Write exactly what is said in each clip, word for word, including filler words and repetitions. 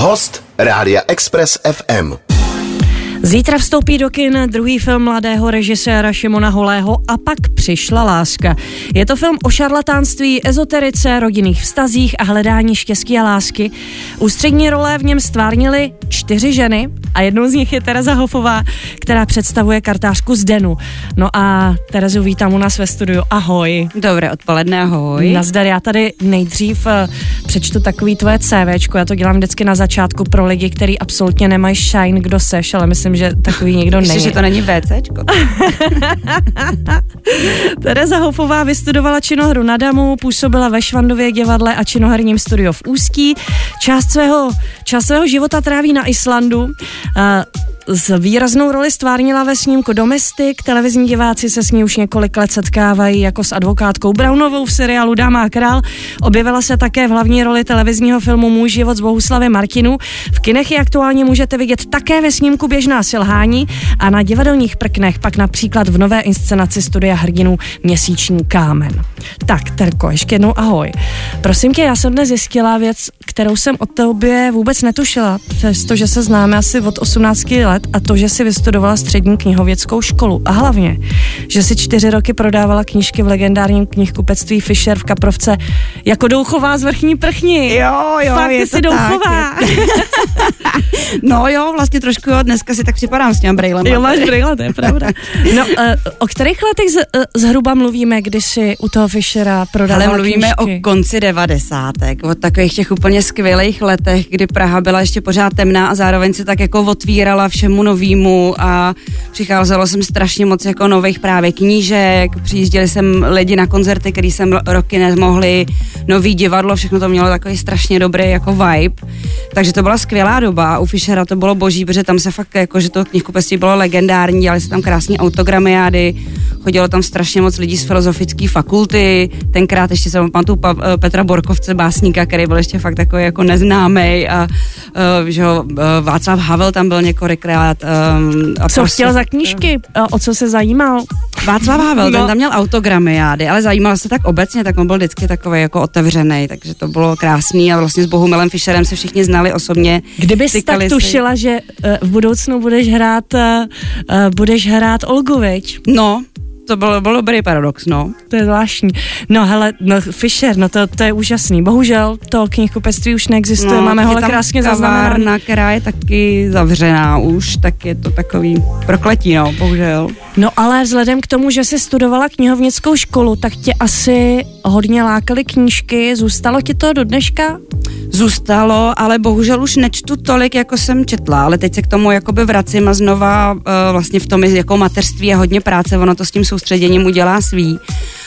Host Rádia Express F M. Zítra vstoupí do kin druhý film mladého režiséra Šimona Holého A pak přišla láska. Je to film o šarlatánství, ezoterice, rodinných vztazích a hledání štěstí a lásky. Ústřední role v něm stvárnily čtyři ženy a jednou z nich je Tereza Hofová, která představuje kartářku Zdenu. No a Terezu vítám u nás ve studiu. Ahoj. Dobré odpoledne, ahoj. Nazdar, já tady nejdřív přečtu takový tvoje CVčko, já to dělám vždycky na začátku pro lidi, kteří absolutně nemají shine, kdo seš, ale myslím, že takový někdo není. Ještě, že to není VCčko. Tereza Hofová vystudovala činohru na Damu, působila ve Švandově divadle a činoherním studiu v Ústí. Část svého, část svého života tráví na Islandu. Uh, S výraznou roli stvárnila ve snímku Domestik, televizní diváci se s ní už několik let setkávají jako s advokátkou Brownovou v seriálu Dáma a král. Objevila se také v hlavní roli televizního filmu Můj život s Bohuslavem Martinů. V kinech ji aktuálně můžete vidět také ve snímku Běžná selhání a na divadelních prknech pak například v nové inscenaci Studia hrdinů Měsíční kámen. Tak, Terko, ještě jednou ahoj. Prosím tě, já jsem dnes zjistila věc, kterou jsem o tobě vůbec netušila, přestože se známe asi od osmnácti let, a to, že si vystudovala střední knihovědskou školu a hlavně, že si čtyři roky prodávala knížky v legendárním knihkupectví Fischer v Kaprovce jako Douchová z Vrchní Prchni. Jo, jo, fakt, je ty jsi to Douchová. Tak, no jo, vlastně trošku jo, dneska si tak připadám s těm brejlema. Jo, máš brejle, to je pravda. No, uh, o kterých letech z, uh, zhruba mluvíme, když si u toho Fischera prodávala Ale mluvíme knížky? O konci devadesátek, o takových těch úplně skvělých letech, kdy Praha byla ještě pořád temná a zároveň se tak jako otvírala všemu novýmu a přicházelo jsem strašně moc jako nových právě knížek, přijížděli sem lidi na koncerty, který jsem roky nemohli, nový divadlo, všechno to mělo takový strašně dobrý jako vibe, takže to byla skvělá doba. U Fischera to bylo boží, protože tam se fakt jako, že to knihkupectví bylo legendární, dělali se tam krásné autogramiády, chodilo tam strašně moc lidí z filozofické fakulty, tenkrát ještě jsem pamatuju pa, Petra Borkovce, básníka, který byl ještě fakt takový jako neznámej a uh, že ho, uh, Václav Havel tam byl několikrát. Um, a co prostě, chtěl za knížky? O co se zajímal? Václav Havel, no. ten tam měl autogramiády, ale zajímal se tak obecně, tak on byl vždycky takový jako otevřenej, takže to bylo krásný a vlastně s Bohumilem Fischerem se všichni znali osobně. Kdybys tak si... tušila, že uh, v budoucnu budeš hrát uh, uh, budeš hrát Olgu, viď? No, to byl, byl dobrý paradox, no. To je zvláštní. No hele, no Fischer, no to, to je úžasný. Bohužel to knihkupectví už neexistuje, no, máme ho krásně zaznamenaný. Kavárna, která je taky zavřená už, tak je to takový prokletí, no, bohužel. No ale vzhledem k tomu, že jsi studovala knihovnickou školu, tak tě asi hodně lákaly knížky, zůstalo ti to do dneška? Zůstalo, ale bohužel už nečtu tolik, jako jsem četla, ale teď se k tomu jakoby vracím a znova uh, vlastně v tom jako mateřství je hodně práce, ono to s tím soustředěním udělá svý.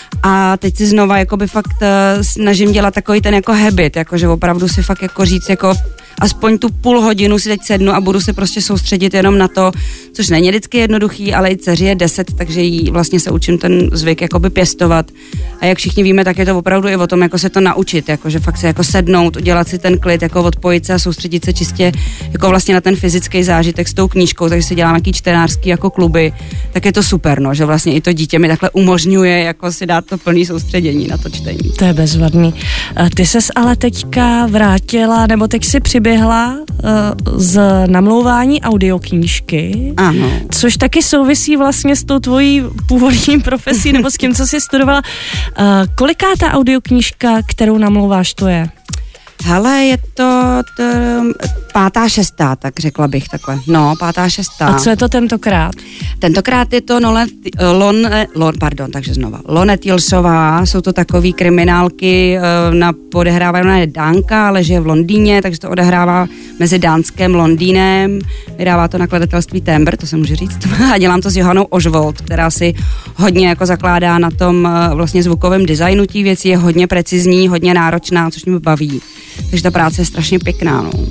A teď si znova jakoby fakt uh, snažím dělat takový ten jako habit, jakože opravdu si fakt jako říct jako aspoň tu půl hodinu si teď sednu a budu se prostě soustředit jenom na to, což není vždycky jednoduchý, ale i dceři je deset, takže jí vlastně se učím ten zvyk jakoby pěstovat. A jak všichni víme, tak je to opravdu i o tom, jako se to naučit, jakože fakt se jako sednout, udělat si ten klid, jako odpojit se a soustředit se čistě jako vlastně na ten fyzický zážitek s tou knížkou, takže si dělám nějaký čtenářský jako kluby, tak je to super, no, že vlastně i to dítě mi takhle umožňuje jako si dát to plný soustředění na to čtení. To je bezvadný. Ty ses ale teďka vrátila, nebo teď si přiběhla uh, z namlouvání audioknížky, ano. Což taky souvisí vlastně s tou tvojí původní profesí, nebo s tím, co jsi studovala. Uh, koliká ta audioknížka, kterou namlouváš, to je? Hele, je to t, pátá, šestá, tak řekla bych takhle. No, pátá, šestá. A co je to tentokrát? Tentokrát je to Lone, Lon, Lon, pardon, takže znova. Lone Tilsová, jsou to takový kriminálky, na, odehrávají na Dánka, ale žije v Londýně, takže to odehrává mezi Dánském Londýnem. Vydává to nakladatelství Timbre, to se může říct. A dělám to s Johanou Ožvold, která si hodně jako zakládá na tom vlastně zvukovém designu tí věcí, je hodně precizní, hodně náročná, což mě baví. Takže ta práce je strašně pěkná, no.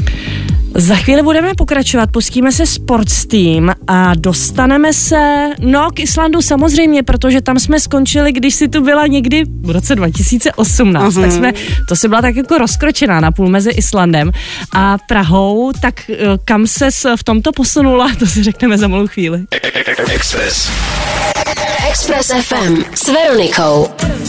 Za chvíli budeme pokračovat, pustíme se Sports Team a dostaneme se, no k Islandu samozřejmě, protože tam jsme skončili, když si tu byla někdy v roce dva tisíce osmnáct, uh-huh. tak jsme, to si byla tak jako rozkročená na půl mezi Islandem a Prahou, tak kam ses v tomto posunula, to si řekneme za malou chvíli. Express. Express F M s Veronikou.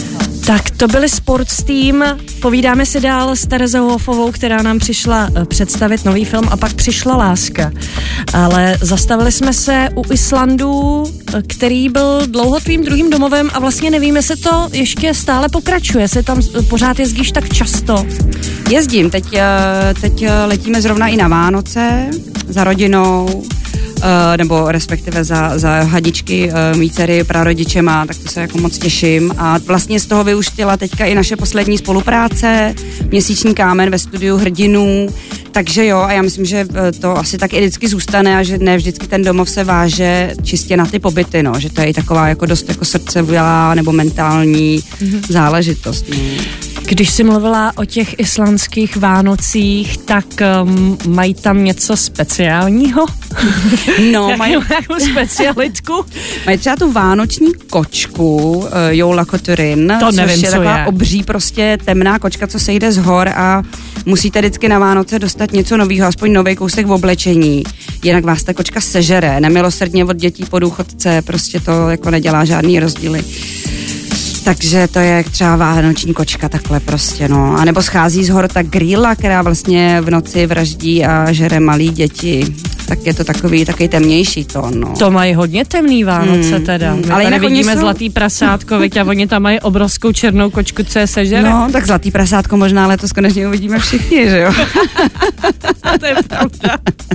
Tak to byly Sports Team, povídáme si dál s Terezou Hofovou, která nám přišla představit nový film A pak přišla láska. Ale zastavili jsme se u Islandu, který byl dlouho tvým druhým domovem a vlastně nevím, jestli to ještě stále pokračuje, jestli tam pořád jezdíš tak často. Jezdím, teď, teď letíme zrovna i na Vánoce za rodinou, nebo respektive za, za hadičky mý dcery prarodičema, tak to se jako moc těším. A vlastně z toho vyústila teďka i naše poslední spolupráce, Měsíční kámen ve studiu Hrdinů, takže jo, a já myslím, že to asi tak i vždycky zůstane a že ne vždycky ten domov se váže čistě na ty pobyty, no, že to je i taková jako dost jako srdcevělá nebo mentální mm-hmm. záležitost. No. Když jsi mluvila o těch islandských Vánocích, tak um, mají tam něco speciálního? No, mají nějakou specialitku. Mají třeba tu vánoční kočku, uh, Jólakötturinn, to což nevím, je taková je. obří prostě temná kočka, co se jde z hor a musíte vždycky na Vánoce dostat něco nového, aspoň nový kousek v oblečení. Jinak vás ta kočka sežere, nemilosrdně od dětí po důchodce, prostě to jako nedělá žádný rozdíly. Takže to je třeba vánoční kočka takhle prostě, no. A nebo schází z hor ta grýla, která vlastně v noci vraždí a žere malý děti. Tak je to takový, takový temnější tón, no. To mají hodně temný Vánoce hmm, teda. My ale tady vidíme jsou... zlatý prasátko, viď, a oni tam mají obrovskou černou kočku, co je sežere. No, tak zlatý prasátko možná letos konečně uvidíme všichni, že jo? To je pravda.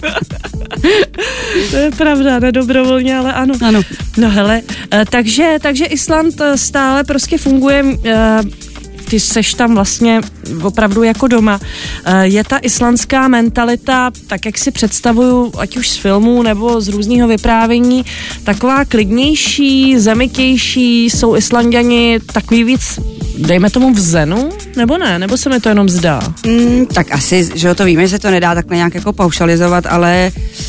To je pravda, nedobrovolně, ale ano. Ano. No hele, takže, takže Island stále prostě funguje, ty seš tam vlastně opravdu jako doma. Je ta islandská mentalita, tak jak si představuju, ať už z filmů nebo z různého vyprávění, taková klidnější, zemitější, jsou Islanďani takový víc, dejme tomu v zenu, nebo ne? Nebo se mi to jenom zdá? Mm, tak asi, že jo, to víme, že se to nedá takhle nějak jako paušalizovat, ale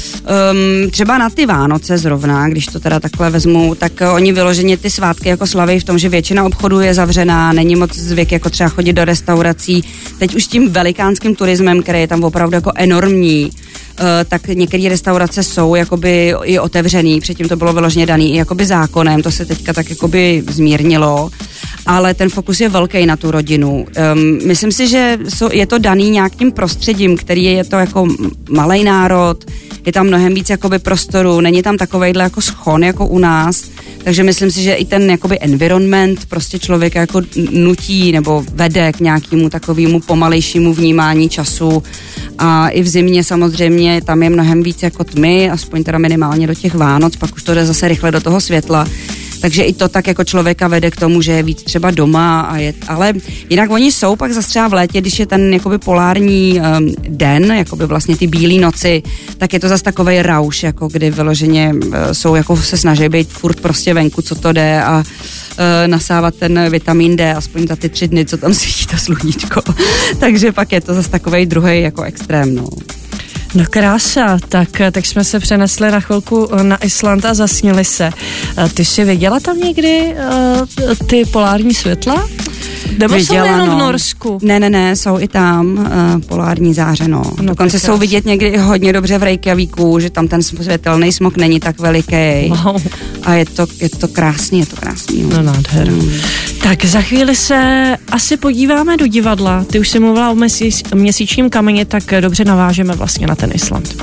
um, třeba na ty Vánoce zrovna, když to teda takhle vezmu, tak uh, oni vyloženě ty svátky jako slaví v tom, že většina obchodů je zavřená, není moc zvyk jako třeba chodit do restaurací. Teď už tím velikánským turismem, který je tam opravdu jako enormní, Uh, tak některé restaurace jsou jakoby i otevřený, předtím to bylo vyloženě daný i jakoby zákonem, to se teďka tak jakoby zmírnilo, ale ten fokus je velký na tu rodinu. Um, myslím si, že je to daný nějakým prostředím, který je to jako malej národ, je tam mnohem víc jakoby prostoru, není tam takovejhle jako schon jako u nás, takže myslím si, že i ten jakoby environment prostě člověka jako nutí nebo vede k nějakému takovému pomalejšímu vnímání času a i v zimě samozřejmě tam je mnohem víc jako tmy, aspoň teda minimálně do těch Vánoc, pak už to jde zase rychle do toho světla. Takže i to tak jako člověka vede k tomu, že je víc třeba doma, a je, ale jinak oni jsou pak zase třeba v létě, když je ten jakoby polární um, den, jakoby vlastně ty bílé noci, tak je to zase takovej rauš, jako kdy vyloženě uh, jsou jako se snaží být furt prostě venku, co to jde a uh, nasávat ten vitamin D, aspoň za ty tři dny, co tam svítí to sluníčko. Takže pak je to zase takovej druhej jako extrém, no. No krása, tak, tak jsme se přenesli na chvilku na Island a zasnili se. Ty jsi viděla tam někdy uh, ty polární světla? Nebo viděla, jsou jenom no. v Norsku? Ne, ne, ne, jsou i tam uh, polární záře, no. no Dokonce jsou vidět někdy hodně dobře v Reykjavíku, že tam ten světelný smog není tak veliký. Wow. A je to, je to krásný, je to krásný. No, no nádher. Mm. Tak za chvíli se asi podíváme do divadla. Ty už jsi mluvila o měsíc, měsíčním kameni, tak dobře navážeme vlastně na ten Island.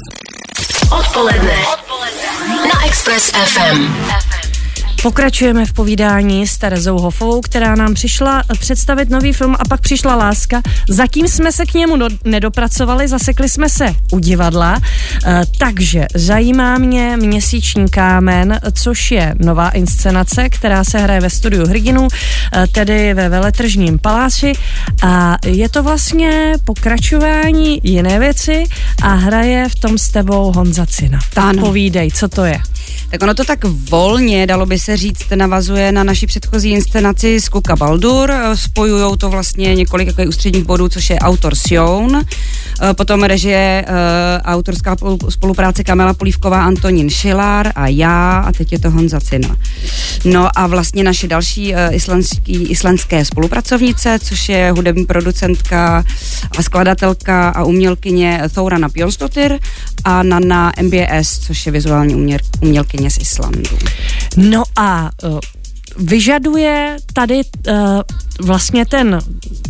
Odpoledne. Odpoledne. Na Express F M. Pokračujeme v povídání s Terezou Hofovou, která nám přišla představit nový film A pak přišla láska. Zatím jsme se k němu do, nedopracovali, zasekli jsme se u divadla, e, takže zajímá mě Měsíční kámen, což je nová inscenace, která se hraje ve studiu Hrdinů, e, tedy ve Veletržním paláci a je to vlastně pokračování jiné věci a hraje v tom s tebou Honza Cina. Tak povídej, co to je? Tak ono to tak volně, dalo by se říct, navazuje na naši předchozí inscenaci z Kuka Baldur. Spojujou to vlastně několik jako ústředních bodů, což je autor Sjon, potom režie, autorská spolupráce Kamila Polívková, Antonín Šilár a já, a teď je to Honza Cina. No a vlastně naše další islandský, islandské spolupracovnice, což je hudební producentka a skladatelka a umělkyně Thorana Björnsdóttir a Nanna M B S, což je vizuální uměl, umělkyně z Islandu. No a uh, vyžaduje tady uh, vlastně ten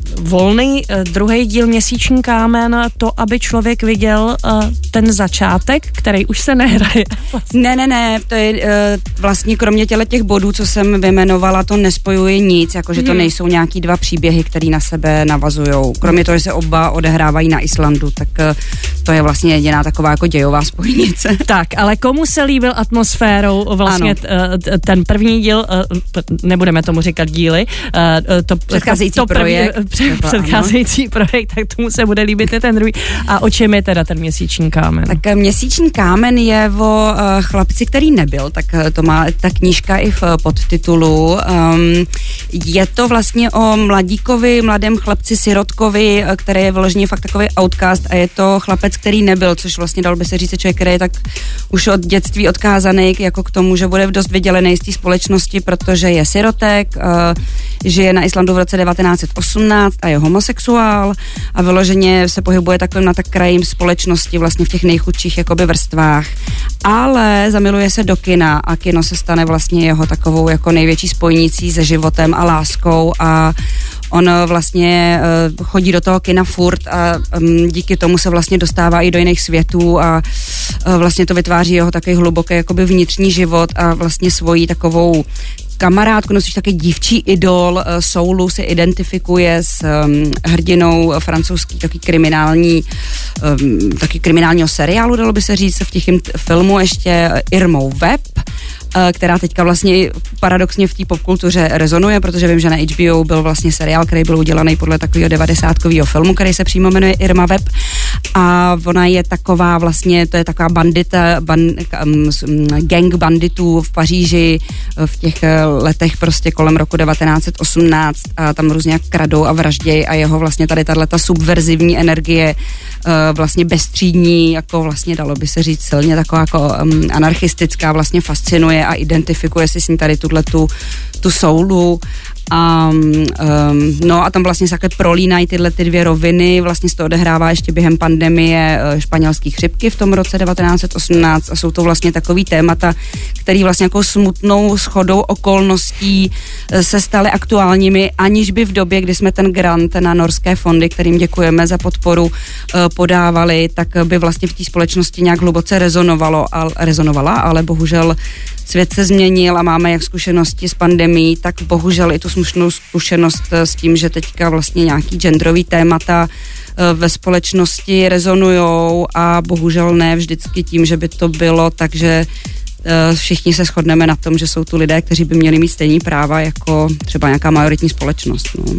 volný uh, druhý díl Měsíční kámen to, aby člověk viděl uh, ten začátek, který už se nehraje. Ne, ne, ne, to je uh, vlastně kromě těle těch bodů, co jsem vyjmenovala, to nespojuje nic, jakože to hmm. nejsou nějaký dva příběhy, který na sebe navazujou. Kromě toho, že se oba odehrávají na Islandu, tak uh, to je vlastně jediná taková jako dějová spojnice. Tak, ale komu se líbil atmosférou vlastně t, t, ten první díl, nebudeme tomu říkat díly, to, předcházející to, to projekt. První, před, předcházející projekt, tak tomu se bude líbit i ten druhý. A o čem je teda ten Měsíční kámen? Tak Měsíční kámen je o uh, chlapci, který nebyl, tak to má ta knížka i v podtitulu. Um, je to vlastně o mladíkovi, mladém chlapci sirotkovi, který je vyloženě fakt takový outcast a je to chlapec, který nebyl, což vlastně dalo by se říct člověk, který je tak už od dětství odkázaný jako k tomu, že bude v dost vydělený z té společnosti, protože je sirotek, uh, žije na Islandu v roce devatenáct set osmnáct a je homosexuál a vyloženě se pohybuje takovým na tak krajím společnosti, vlastně v těch nejchudších jakoby vrstvách. Ale zamiluje se do kina a kino se stane vlastně jeho takovou jako největší spojnicí se životem a láskou a on vlastně uh, chodí do toho kina furt a um, díky tomu se vlastně dostává i do jiných světů a uh, vlastně to vytváří jeho takový hluboký jakoby vnitřní život a vlastně svoji takovou kamarádku, nosíš taky dívčí idol, uh, Soulu se identifikuje s um, hrdinou francouzský taky kriminální um, taky kriminálního seriálu, dalo by se říct, v tichým t- filmu ještě Irmou Webb, která teďka vlastně paradoxně v té popkultuře rezonuje, protože vím, že na H B O byl vlastně seriál, který byl udělaný podle takového devadesátkového filmu, který se přímo jmenuje Irma Webb a ona je taková vlastně, to je taková bandita, ban, um, gang banditů v Paříži v těch letech prostě kolem roku devatenáct set osmnáct a tam různě kradou a vraždějí a jeho vlastně tady tato subverzivní energie vlastně bezstřídní, jako vlastně dalo by se říct silně taková jako um, anarchistická, vlastně fascinuje a identifikuje si s ní tady tuhletu tu soulu. Um, um, no a tam vlastně se takhle prolínají tyhle ty dvě roviny, vlastně se to odehrává ještě během pandemie španělské chřipky v tom roce devatenáct set osmnáct a jsou to vlastně takový témata, který vlastně jako smutnou shodou okolností se staly aktuálními, aniž by v době, kdy jsme ten grant na norské fondy, kterým děkujeme za podporu, podávali, tak by vlastně v té společnosti nějak hluboce rezonovalo, al, rezonovala, ale bohužel svět se změnil a máme jak zkušenosti s pandemií, tak bohužel i tu smutnou zkušenost s tím, že teďka vlastně nějaký genderový témata ve společnosti rezonujou a bohužel ne vždycky tím, že by to bylo, takže všichni se shodneme na tom, že jsou tu lidé, kteří by měli mít stejný práva jako třeba nějaká majoritní společnost. No.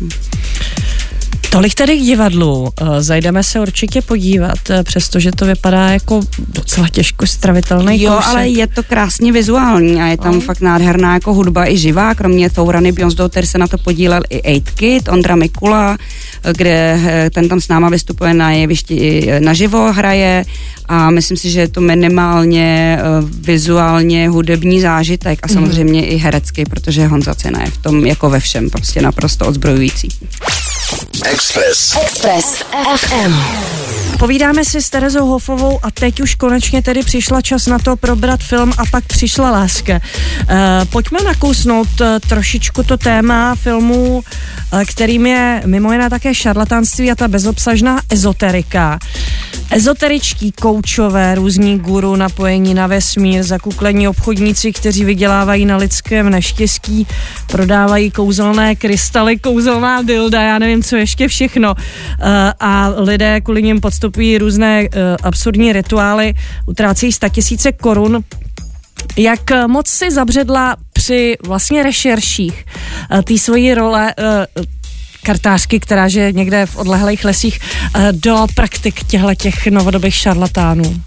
Tolik tady k divadlu. Zajdeme se určitě podívat, přestože to vypadá jako docela těžko stravitelný Jo, kousek. ale je to krásně vizuální a je tam no. fakt nádherná jako hudba i živá, kromě Thourany Bjonsdottir se na to podílel i Eight Kid, Ondra Mikula, kde ten tam s náma vystupuje na jevišti naživo, hraje a myslím si, že je to minimálně vizuálně hudební zážitek a samozřejmě mm. i herecký, protože Honza Cena je v tom jako ve všem prostě naprosto odzbrojující. Express. Express F M. Povídáme si s Terezou Hofovou a teď už konečně tedy přišla čas na to probrat film a pak přišla láska. E, pojďme nakousnout trošičku to téma filmu, kterým je mimo jiné také šarlatánství a ta bezobsažná ezoterika. Ezoteričtí koučové, různí guru, napojení na vesmír, zakuklení obchodníci, kteří vydělávají na lidském neštěstí, prodávají kouzelné krystaly, kouzelná dilda, já nevím, co ještě všechno. A lidé kvůli nim podstupují různé absurdní rituály, utrácejí statisíce korun. Jak moc si zabředla při vlastně rešerších té svojí role kartářky, která žije někde v odlehlých lesích, do praktik těchto novodobých šarlatánů?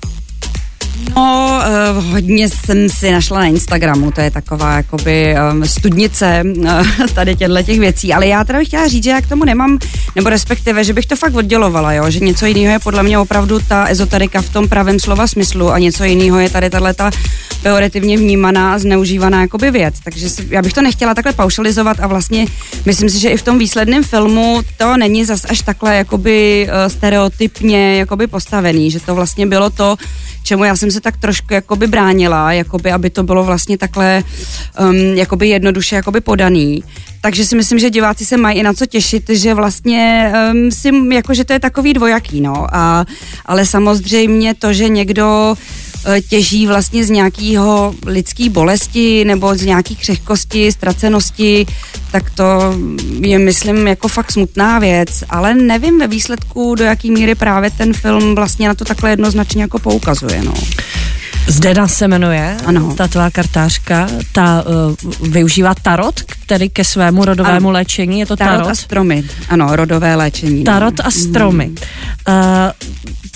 No, uh, hodně jsem si našla na Instagramu, to je taková jakoby um, studnice uh, tady těchto těch věcí, ale já teda bych chtěla říct, že já k tomu nemám, nebo respektive, že bych to fakt oddělovala, jo, že něco jiného je podle mě opravdu ta ezoterika v tom pravém slova smyslu a něco jiného je tady tato pejorativně vnímaná a zneužívaná jakoby věc, takže si, já bych to nechtěla takhle paušalizovat a vlastně myslím si, že i v tom výsledném filmu to není zas až takhle jakoby uh, stereotypně jakoby postavený, že to vlastně bylo to, čemu já jsem se tak trošku jakoby bránila, jakoby, aby to bylo vlastně takhle um, jakoby jednoduše jakoby podaný. Takže si myslím, že diváci se mají i na co těšit, že vlastně um, si, jako, že to je takový dvojaký, no. A, ale samozřejmě to, že někdo uh, těží vlastně z nějakého lidský bolesti nebo z nějaký křehkosti, ztracenosti, tak to je, myslím, jako fakt smutná věc, ale nevím ve výsledku, do jaký míry právě ten film vlastně na to takhle jednoznačně jako poukazuje, no. Zdena se jmenuje, ano. Ta tvá kartářka, ta uh, využívá tarot, který ke svému rodovému ano. léčení, je to tarot? Tarot a stromy, ano, rodové léčení. Tarot no. a stromy. Mm. Uh,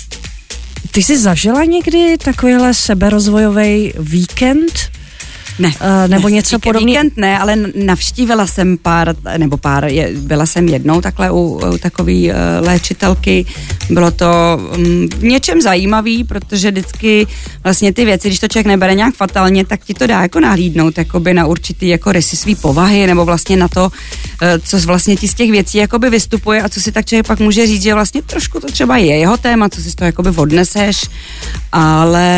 ty jsi zažila někdy takovýhle seberozvojový víkend? Ne. Uh, nebo ne, něco podobného? Víkend ne, ale navštívila jsem pár, nebo pár, je, byla jsem jednou takhle u, u takový uh, léčitelky. Bylo to um, v něčem zajímavý, protože vždycky vlastně ty věci, když to člověk nebere nějak fatálně, tak ti to dá jako nahlídnout jakoby na určitý jako rysy svý povahy, nebo vlastně na to, uh, co vlastně ti z těch věcí jakoby vystupuje a co si tak člověk pak může říct, že vlastně trošku to třeba je jeho téma, co si z toho jakoby odneseš, ale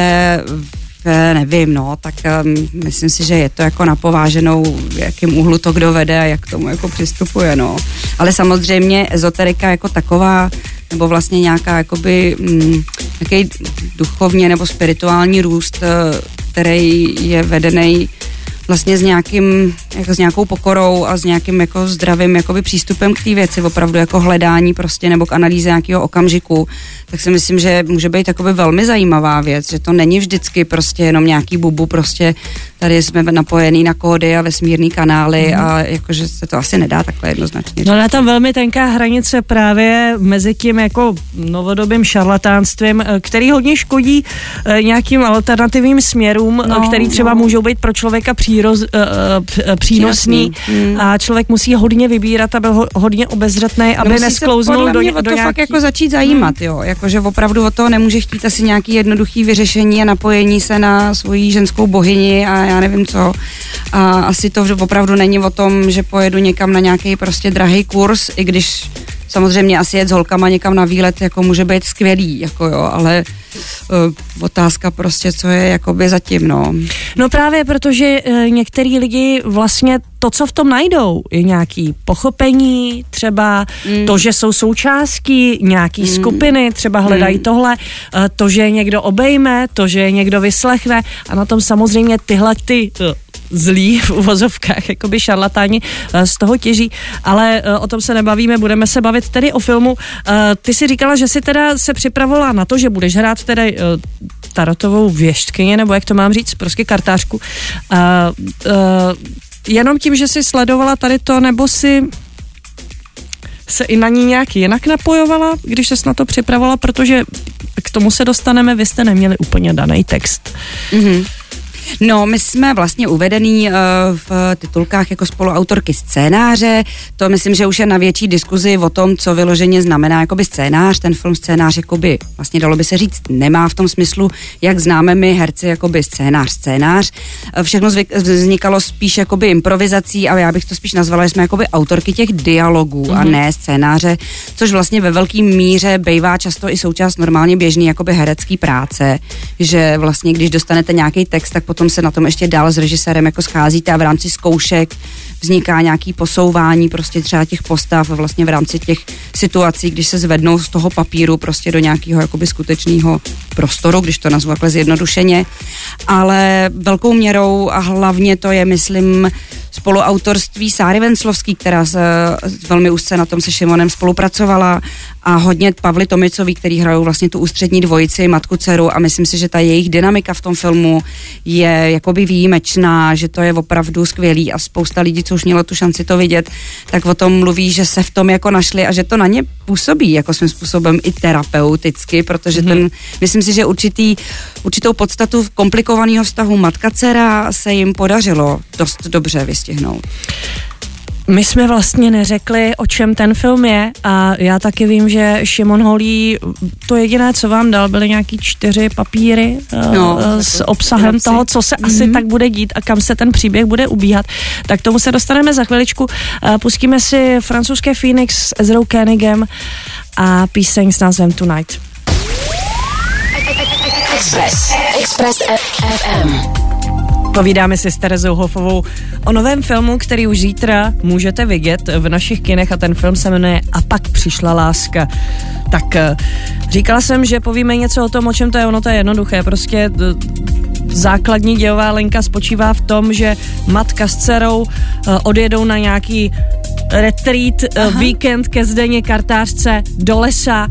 nevím, no, tak um, myslím si, že je to jako napováženou, v jakém úhlu to kdo vede a jak k tomu jako přistupuje, no. Ale samozřejmě ezoterika jako taková, nebo vlastně nějaká jakoby mm, nějaký duchovně nebo spirituální růst, který je vedený vlastně s nějakým, jako s nějakou pokorou a s nějakým jako zdravým jakoby přístupem k té věci, opravdu jako hledání prostě nebo k analýze nějakého okamžiku, tak si myslím, že může být jakoby velmi zajímavá věc, že to není vždycky prostě jenom nějaký bubu, prostě tady jsme napojený na kódy a vesmírný kanály mm. a jakože se to asi nedá takhle jednoznačně. No je tam velmi tenká hranice právě mezi tím jako novodobým šarlatánstvím, který hodně škodí nějakým alternativním směrům, no, který třeba no. můžou být pro člověka příroz, uh, přínosný mm. a člověk musí hodně vybírat a byl ho, hodně obezřetný, aby no, nesklouznul do, do nějaký... to nějaký... fakt jako začít zajímat, mm. jo, jakože opravdu od toho nemůže chtít asi nějaký jednoduchý vyřešení a napojení se na svoji ženskou bohyni a já nevím co. A asi to opravdu není o tom, že pojedu někam na nějaký prostě drahý kurz, i když samozřejmě asi jet s holkama někam na výlet jako může být skvělý, jako jo, ale uh, otázka prostě, co je jakoby zatím, no. No právě, protože uh, některý lidi vlastně to, co v tom najdou, je nějaký pochopení, třeba mm. to, že jsou součástí nějaký mm. skupiny, třeba hledají mm. tohle, uh, to, že je někdo obejme, to, že je někdo vyslechne a na tom samozřejmě tyhle ty uh, zlí v uvozovkách, jakoby šarlatáni z toho těží, ale o tom se nebavíme, budeme se bavit tedy o filmu. Ty si říkala, že si teda se připravovala na to, že budeš hrát tedy tarotovou věštkyni, nebo jak to mám říct, prostě kartářku. Jenom tím, že jsi sledovala tady to, nebo si se i na ní nějak jinak napojovala, když ses na to připravovala, protože k tomu se dostaneme, vy jste neměli úplně daný text. Mhm. No, my jsme vlastně uvedený uh, v titulkách jako spoluautorky scénáře. To myslím, že už je na větší diskuzi o tom, co vyloženě znamená jakoby scénář. Ten film scénář jakoby, vlastně dalo by se říct, nemá v tom smyslu, jak známe my herci jakoby scénář, scénář. Všechno vznikalo spíš jakoby improvizací a já bych to spíš nazvala, že jsme jakoby autorky těch dialogů mm-hmm. a ne scénáře, což vlastně ve velký míře bejvá často i součást normálně běžný jakoby herecký práce, že vlastně když dostanete nějaký text, tak potom se na tom ještě dál s režisérem jako scházíte a v rámci zkoušek vzniká nějaký posouvání prostě třeba těch postav vlastně v rámci těch situací, když se zvednou z toho papíru prostě do nějakého jakoby skutečného prostoru, když to nazvu takhle zjednodušeně, ale velkou měrou a hlavně to je, myslím, spoluautorství Sáry Venclovský, která se velmi úzce na tom se Šimonem spolupracovala a hodně Pavly Tomicový, který hrajou vlastně tu ústřední dvojici, matku, dceru a myslím si, že ta jejich dynamika v tom filmu je jakoby výjimečná, že to je opravdu skvělý a spousta lidí, co už mělo tu šanci to vidět, tak o tom mluví, že se v tom jako našli a že to na ně působí jako svým způsobem i terapeuticky, protože ten, mm-hmm. myslím si, že určitý, určitou podstatu komplikovaného vztahu matka-dcera se jim podařilo dost dobře vystihnout. My jsme vlastně neřekli, o čem ten film je a já taky vím, že Šimon Holý, to jediné, co vám dal, byly nějaký čtyři papíry no, uh, s obsahem rapsi. Toho, co se mm-hmm. asi tak bude dít a kam se ten příběh bude ubíhat. Tak tomu se dostaneme za chviličku. Uh, pustíme si francouzské Phoenix s Ezrou Koenigem a píseň s názvem Tonight. Express. Express F M. Povídáme si s Terezou Hofovou o novém filmu, který už zítra můžete vidět v našich kinech a ten film se jmenuje A pak přišla láska. Tak říkala jsem, že povíme něco o tom, o čem to je, ono to je jednoduché, prostě základní dějová linka spočívá v tom, že matka s dcerou odjedou na nějaký retreat, Aha. víkend ke Zdeně Kartářce do lesa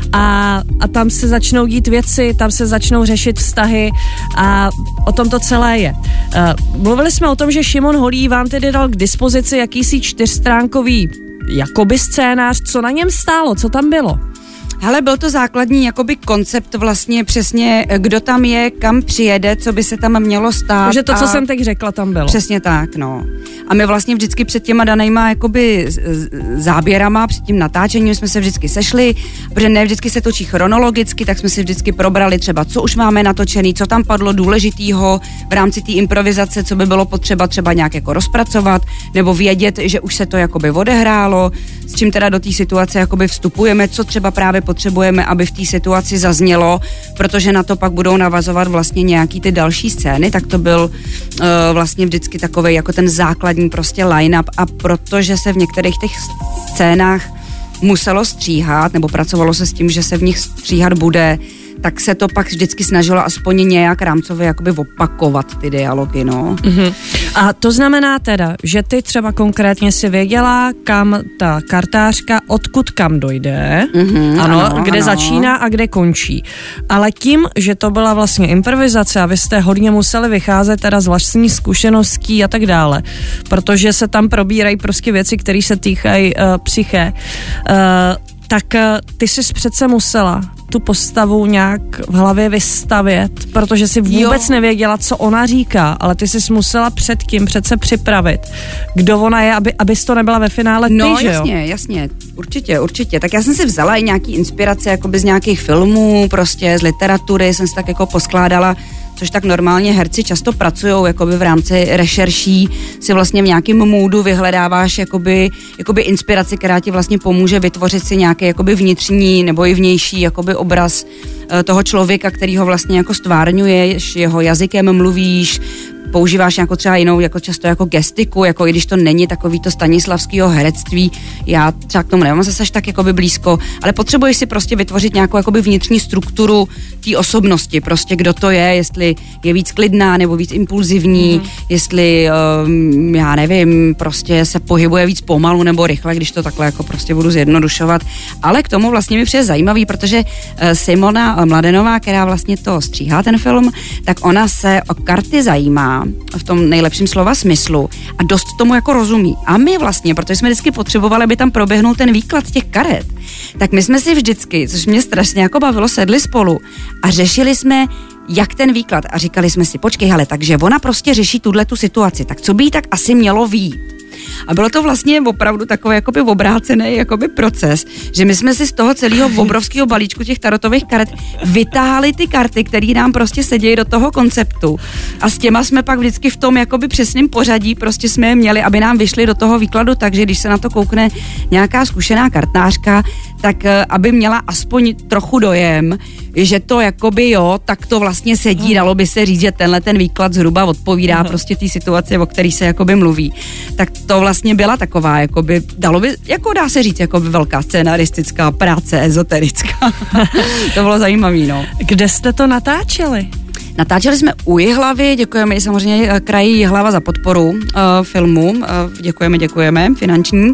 a, a tam se začnou dít věci, tam se začnou řešit vztahy a o tom to celé je. Uh, mluvili jsme o tom, že Šimon Holý vám tedy dal k dispozici jakýsi čtyřstránkový jakoby scénář, co na něm stálo, co tam bylo? Hele, byl to základní jakoby koncept vlastně přesně, kdo tam je, kam přijede, co by se tam mělo stát. Takže to, co jsem teď řekla, tam bylo. Přesně tak, no. A my vlastně vždycky před těma danejma jakoby záběrama, před tím natáčením jsme se vždycky sešli, protože ne vždycky se točí chronologicky, tak jsme si vždycky probrali třeba, co už máme natočený, co tam padlo důležitýho v rámci té improvizace, co by bylo potřeba třeba nějak jako rozpracovat, nebo vědět, že už se to jakoby odehrálo, s čím teda do té situace jakoby vstupujeme, co třeba právě potřebujeme, aby v té situaci zaznělo, protože na to pak budou navazovat vlastně nějaký ty další scény, tak to byl uh, vlastně vždycky takovej jako ten základní prostě line-up a protože se v některých těch scénách muselo stříhat, nebo pracovalo se s tím, že se v nich stříhat bude, tak se to pak vždycky snažilo aspoň nějak rámcově jakoby opakovat ty dialogy, no. Uh-huh. A to znamená teda, že ty třeba konkrétně si věděla, kam ta kartářka, odkud kam dojde, uh-huh, ano, ano, kde ano. začíná a kde končí. Ale tím, že to byla vlastně improvizace a vy jste hodně museli vycházet teda z vlastní zkušeností a tak dále, protože se tam probírají prostě věci, které se týkají uh, psyché, uh, tak uh, ty jsi přece musela tu postavu nějak v hlavě vystavět, protože si vůbec jo. nevěděla, co ona říká, ale ty jsi musela předtím přece připravit, kdo ona je, aby, abys to nebyla ve finále ty, no, že jo? No jasně, jasně, určitě, určitě. Tak já jsem si vzala i nějaký inspirace jakoby z nějakých filmů, prostě z literatury, jsem si tak jako poskládala, což tak normálně herci často pracujou jakoby v rámci rešerší, si vlastně v nějakém moodu vyhledáváš jakoby, jakoby inspiraci, která ti vlastně pomůže vytvořit si nějaký jakoby vnitřní nebo i vnější jakoby obraz toho člověka, který ho vlastně jako stvárňuješ, jeho jazykem mluvíš, používáš jako třeba jinou, jako často jako gestiku, jako i když to není takový to stanislavského herectví, já třeba k tomu nemám zase až tak jakoby blízko, ale potřebuješ si prostě vytvořit nějakou jakoby vnitřní strukturu té osobnosti, prostě kdo to je, jestli je víc klidná nebo víc impulzivní, mm. jestli, um, já nevím, prostě se pohybuje víc pomalu nebo rychle, když to takhle jako prostě budu zjednodušovat, ale k tomu vlastně mi přijde zajímavý, protože uh, Simona Mladenová, která vlastně to stříhá ten film, tak ona se o karty zajímá v tom nejlepším slova smyslu a dost tomu jako rozumí. A my vlastně, protože jsme vždycky potřebovali, aby tam proběhnul ten výklad těch karet, tak my jsme si vždycky, což mě strašně jako bavilo, sedli spolu a řešili jsme, jak ten výklad a říkali jsme si, počkej, hele, takže ona prostě řeší tuhle tu situaci, tak co by jí tak asi mělo vyjít? A bylo to vlastně opravdu takový jakoby obrácený jakoby proces, že my jsme si z toho celého obrovského balíčku těch tarotových karet vytáhli ty karty, které nám prostě sedějí do toho konceptu. A s těma jsme pak vždycky v tom jakoby přesným pořadí prostě jsme je měli, aby nám vyšly do toho výkladu, takže když se na to koukne nějaká zkušená kartářka, tak aby měla aspoň trochu dojem, že to jakoby jo, tak to vlastně sedí, dalo by se říct, že tenhle ten výklad zhruba odpovídá prostě té situaci, o který se jakoby mluví. Tak to vlastně byla taková, jakoby, dalo by, jako dá se říct, jakoby velká scenaristická práce, ezoterická. To bylo zajímavý, no. Kde jste to natáčeli? Natáčeli jsme u Jihlavy, děkujeme i samozřejmě kraji Jihlava za podporu uh, filmu, uh, děkujeme, děkujeme, finanční.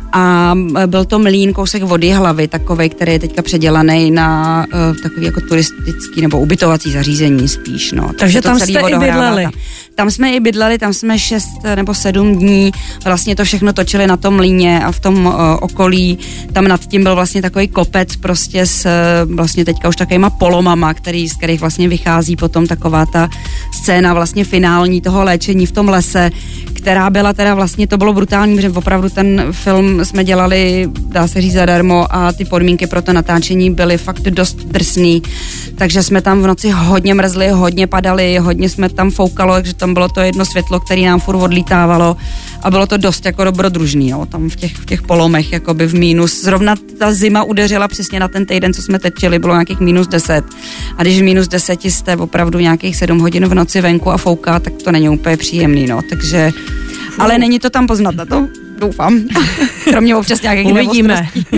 A byl to mlýn, kousek od Jihlavy, takovej, který je teďka předělaný na uh, takový jako turistický nebo ubytovací zařízení spíš, no. Takže tam jste i bydleli? Tam. tam jsme i bydleli, tam jsme šest nebo sedm dní, vlastně to všechno točili na tom mlýně a v tom uh, okolí, tam nad tím byl vlastně takový kopec prostě s uh, vlastně teďka už takovýma polomama, který, z kterých vlastně vychází potom taková ta scéna vlastně finální toho léčení v tom lese, která byla teda vlastně, to bylo brutální, že opravdu ten film jsme dělali, dá se říct, zadarmo a ty podmínky pro to natáčení byly fakt dost drsný, takže jsme tam v noci hodně mrzli, hodně padali, hodně jsme tam foukalo, takže tam bylo to jedno světlo, které nám furt odlítávalo a bylo to dost jako dobrodružný, jo, tam v těch, v těch polomech, jakoby v mínus. Zrovna ta zima udeřila přesně na ten týden, co jsme tečili, bylo nějakých minus deset a když v minus deseti jste opravdu nějakých sedm hodin v noci venku a fouká, tak to není úplně příjemný, no, takže, ale není to tam poznat, na to doufám, kromě občas nějakých uvidíme. uh,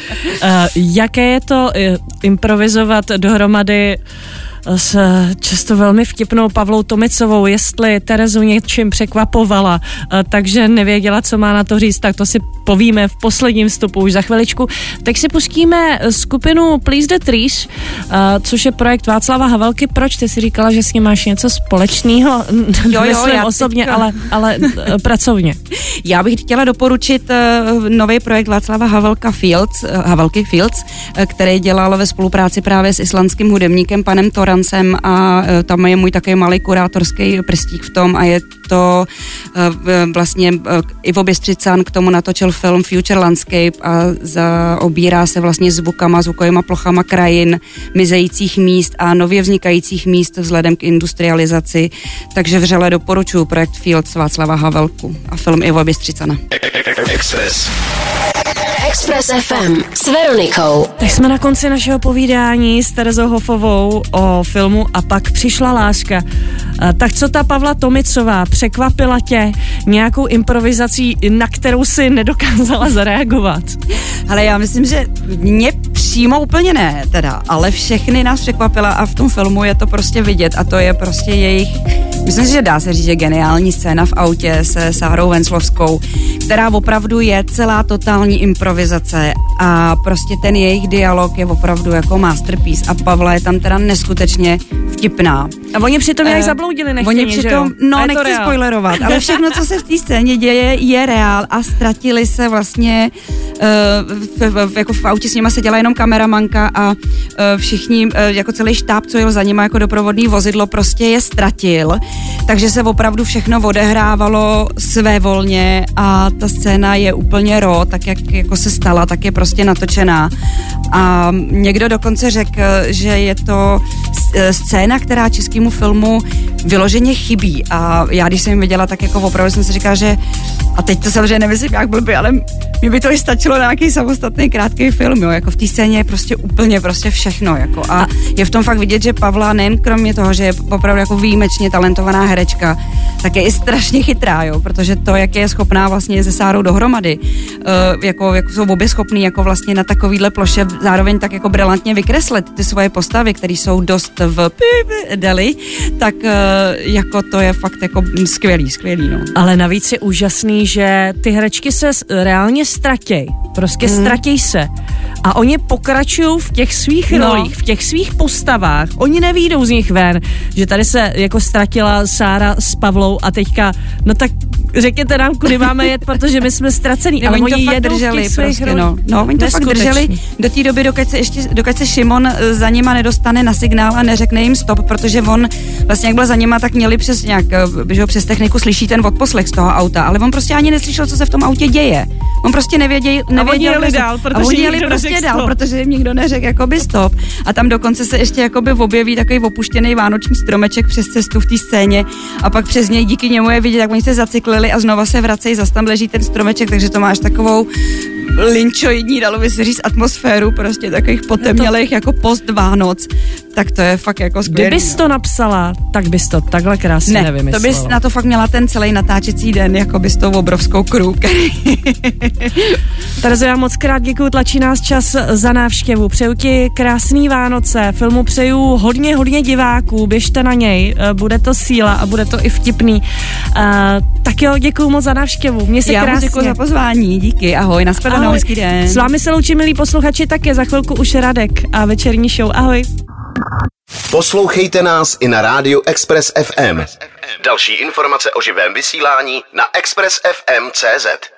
jaké je to uh, improvizovat dohromady s často velmi vtipnou Pavlou Tomicovou, jestli Terezu něčím překvapovala, takže nevěděla, co má na to říct, tak to si povíme v posledním vstupu už za chviličku. Tak si pustíme skupinu Please the Trees, což je projekt Václava Havelky. Proč? Ty si říkala, že s ním máš něco společného? Jo, jo, myslím osobně, teďka... ale, ale pracovně. Já bych chtěla doporučit uh, nový projekt Václava Havelka Fields, uh, Havelky Fields, uh, který dělal ve spolupráci právě s islandským hudebníkem panem Torancem a uh, tam je můj takový malý kurátorský prstík v tom a je to uh, vlastně uh, Ivo Bystřican k tomu natočil film Future Landscape a zaobírá se vlastně zvukama, zvukovýma plochama krajin, mizejících míst a nově vznikajících míst vzhledem k industrializaci, takže vřele doporučuji projekt Fields Václava Havelku a film Ivo Bystřicana. Express. Express ef em s Veronikou. Tak jsme na konci našeho povídání s Terezou Hofovou o filmu A pak přišla láska. Tak co ta Pavla Tomicová, překvapila tě nějakou improvizací, na kterou si nedokázala zareagovat? Ale já myslím, že mě přímo úplně ne, teda, ale všechny nás překvapila a v tom filmu je to prostě vidět a to je prostě jejich, myslím si, že dá se říct, že geniální scéna v autě se Sárou Venclovskou, která opravdu je celá totální improvizace a prostě ten jejich dialog je opravdu jako masterpiece a Pavla je tam teda neskutečně vtipná. A oni přitom nějak uh, zabloudili nechtěně, oni přitom, že jo? No, nechci reál. spoilerovat, ale všechno, co se v té scéně děje, je reál a ztratili se vlastně, uh, v, v, jako v autě s nima se dělá jenom kameramanka a uh, všichni, uh, jako celý štáb, co jel za nima jako doprovodný vozidlo, prostě je ztratil, takže se opravdu všechno odehrávalo svévolně a ta scéna je úplně raw, tak jak jako se stala, tak je prostě natočená. A někdo dokonce řekl, že je to scéna, která českému filmu vyloženě chybí. A já, když jsem jim viděla, tak jako opravdu jsem si říkala, že a teď to samozřejmě nemyslím jak blbý, ale mi by to i stačilo na nějaký samostatný krátký film, jo. Jako v té scéně je prostě úplně prostě všechno. Jako. A, a je v tom fakt vidět, že Pavla nejen kromě toho, že je opravdu jako výjimečně talentovaná herečka, tak je i strašně chytrá, jo, protože to, jak je schopná vlastně se Sárou dohromady, uh, jako, jako jsou obě schopný jako vlastně na takovýhle ploše zároveň tak jako brilantně vykreslit ty svoje postavy, které jsou dost v deli, tak uh, jako to je fakt jako skvělý, skvělý, no. Ale navíc je úžasný, že ty herečky se reálně ztratěj, prostě mm. ztratěj se a oni pokračují v těch svých no. rolích, v těch svých postavách, oni nevídou z nich ven, že tady se jako ztratila Sára s Pavlou a teďka, no tak řekněte nám, kudy máme jet, protože my jsme ztracený, no, ale oni, oni to fakt jedou drželi, v těch svých prostě, no. no, oni to fakt drželi do té doby, dokud se, ještě, dokud se Šimon za nima nedostane na signál a neřekne jim stop, protože on vlastně jak byl za nima, tak měli přes nějak, že ho přes techniku slyší ten odposlech z toho auta, ale on prostě ani neslyšel, co se v tom autě děje. On prostě nevěděl, nevěděl, a oni jeli dál, protože a oni jeli prostě dál, protože jim nikdo neřekl jakoby stop. A tam dokonce se ještě jakoby objeví takový opuštěný vánoční stromeček přes cestu v té scéně a pak přes něj díky němu je vidět, jak oni se zacyklili a znova se vracejí, zas tam leží ten stromeček, takže to máš takovou lynčoidní, dalo by se říct, atmosféru prostě takových potemnělých jako post Vánoc, tak to je fakt jako skvělý. Kdybys to napsala, tak bys to takhle krásně ne, nevymyslela. to bys na to fakt měla ten celý natáčecí den, jako bys tou obrovskou crew. Terezo, já moc krát děkuju, tlačí nás čas za návštěvu. Přeju ti krásný Vánoce, filmu přeju hodně, hodně diváků, běžte na něj, bude to síla a bude to i vtipný. Uh, tak jo, děkuju moc za návštěvu, mě se já krásně. Já děkuju za pozvání, díky, ahoj, nashledanou, hezký den. S vámi se loučí, milí posluchači, také za chvilku už Radek a večerní show, ahoj. Poslouchejte nás i na rádiu Express ef em. Další informace o živém vysílání na express ef em tečka cé zet.